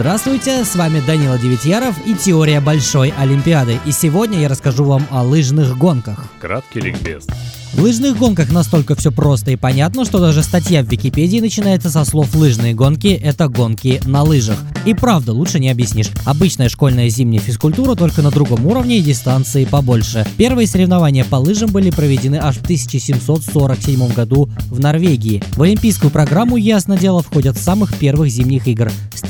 Здравствуйте, с вами Данила Девятьяров и теория Большой Олимпиады. И сегодня я расскажу вам о лыжных гонках. Краткий ликбез. В лыжных гонках настолько все просто и понятно, что даже статья в Википедии начинается со слов «лыжные гонки» — это гонки на лыжах. И правда, лучше не объяснишь. Обычная школьная зимняя физкультура, только на другом уровне и дистанции побольше. Первые соревнования по лыжам были проведены аж в 1747 году в Норвегии. В олимпийскую программу, ясно дело, входят с самых первых зимних игр с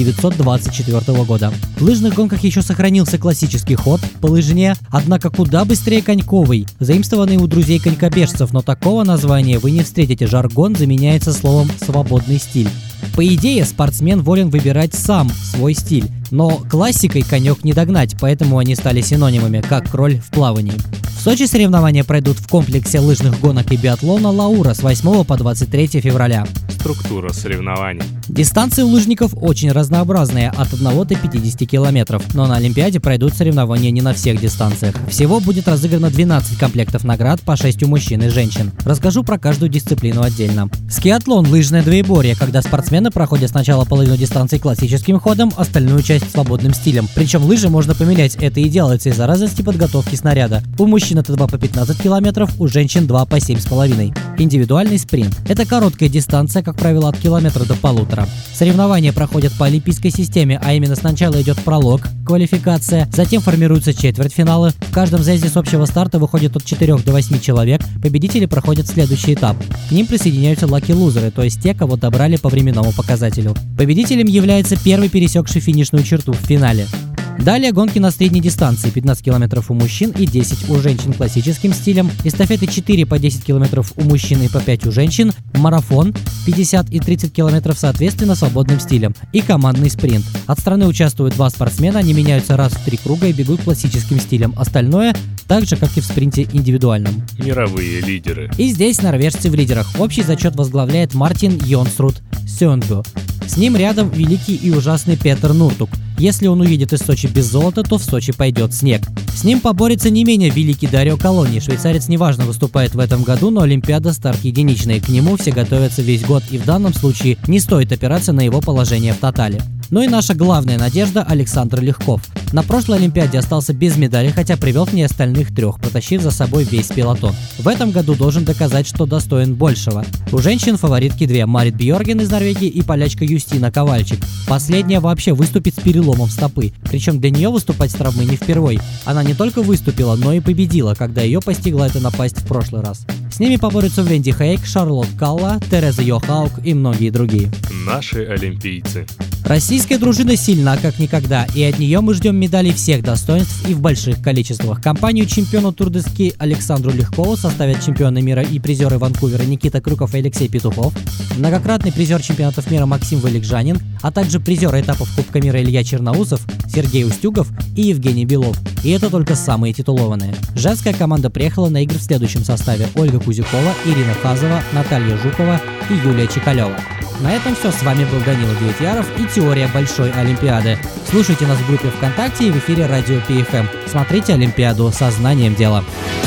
1924 года. В лыжных гонках еще сохранился классический ход по лыжне, однако куда быстрее коньковый, заимствованный у друзей конькобежцев, но такого названия вы не встретите. Жаргон заменяется словом «свободный стиль». По идее, спортсмен волен выбирать сам свой стиль, но классикой конек не догнать, поэтому они стали синонимами, как кроль в плавании. В Сочи соревнования пройдут в комплексе лыжных гонок и биатлона «Лаура» с 8 по 23 февраля. Структура соревнований. Дистанции у лыжников очень разнообразные, от 1 до 50 километров, но на Олимпиаде пройдут соревнования не на всех дистанциях. Всего будет разыграно 12 комплектов наград, по 6 у мужчин и женщин. Расскажу про каждую дисциплину отдельно. Скиатлон – лыжное двоеборье, когда спортсмены проходят сначала половину дистанции классическим ходом, остальную часть свободным стилем. Причем лыжи можно поменять, это и делается из-за разности подготовки снаряда. У мужчин это 2 по 15 километров, у женщин 2 по 7,5. Индивидуальный спринт – это короткая дистанция, как правило, от километра до 1,5. Соревнования проходят по олимпийской системе, а именно сначала идет пролог, квалификация, затем формируются четвертьфиналы. В каждом заезде с общего старта выходит от 4 до 8 человек, победители проходят следующий этап. К ним присоединяются лаки-лузеры, то есть те, кого добрали по временному показателю. Победителем является первый пересекший финишную черту в финале. Далее гонки на средней дистанции, 15 километров у мужчин и 10 у женщин классическим стилем, эстафеты 4 по 10 километров у мужчин и по 5 у женщин, марафон 50 и 30 километров соответственно свободным стилем и командный спринт. От страны участвуют 2 спортсмена, они меняются раз в 3 круга и бегут классическим стилем, остальное так же, как и в спринте индивидуальном. Мировые лидеры. И здесь норвежцы в лидерах. Общий зачет возглавляет Мартин Йонсруд Сёндбё. С ним рядом великий и ужасный Петер Нуртук. Если он уедет из Сочи без золота, то в Сочи пойдет снег. С ним поборется не менее великий Дарио Колони. Швейцарец неважно выступает в этом году, но Олимпиада старт единичный. К нему все готовятся весь год, и в данном случае не стоит опираться на его положение в тотале. Ну и наша главная надежда – Александр Легков. На прошлой Олимпиаде остался без медали, хотя привел к ней остальных 3, протащив за собой весь пелотон. В этом году должен доказать, что достоин большего. У женщин фаворитки 2 – Марит Бьорген из Норвегии и полячка Юстина Ковальчик. Последняя вообще выступит с переломом стопы. Причем для нее выступать с травмой не впервой. Она не только выступила, но и победила, когда ее постигла эта напасть в прошлый раз. С ними поборются Венди Хейк, Шарлотт Калла, Тереза Йохаук и многие другие. Наши олимпийцы. Российская дружина сильна как никогда, и от нее мы ждем медалей всех достоинств и в больших количествах. Компанию чемпиона Тур де Ски Александру Легкову составят чемпионы мира и призеры Ванкувера Никита Крюков и Алексей Петухов, многократный призер чемпионатов мира Максим Валикжанин, а также призеры этапов Кубка мира Илья Черноусов, Сергей Устюгов и Евгений Белов. И это только самые титулованные. Женская команда приехала на игры в следующем составе: Ольга Кузякова, Ирина Хазова, Наталья Жукова и Юлия Чекалева. На этом все. С вами был Данила Девятьяров и теория Большой Олимпиады. Слушайте нас в группе ВКонтакте и в эфире радио PFM. Смотрите Олимпиаду сознанием дела.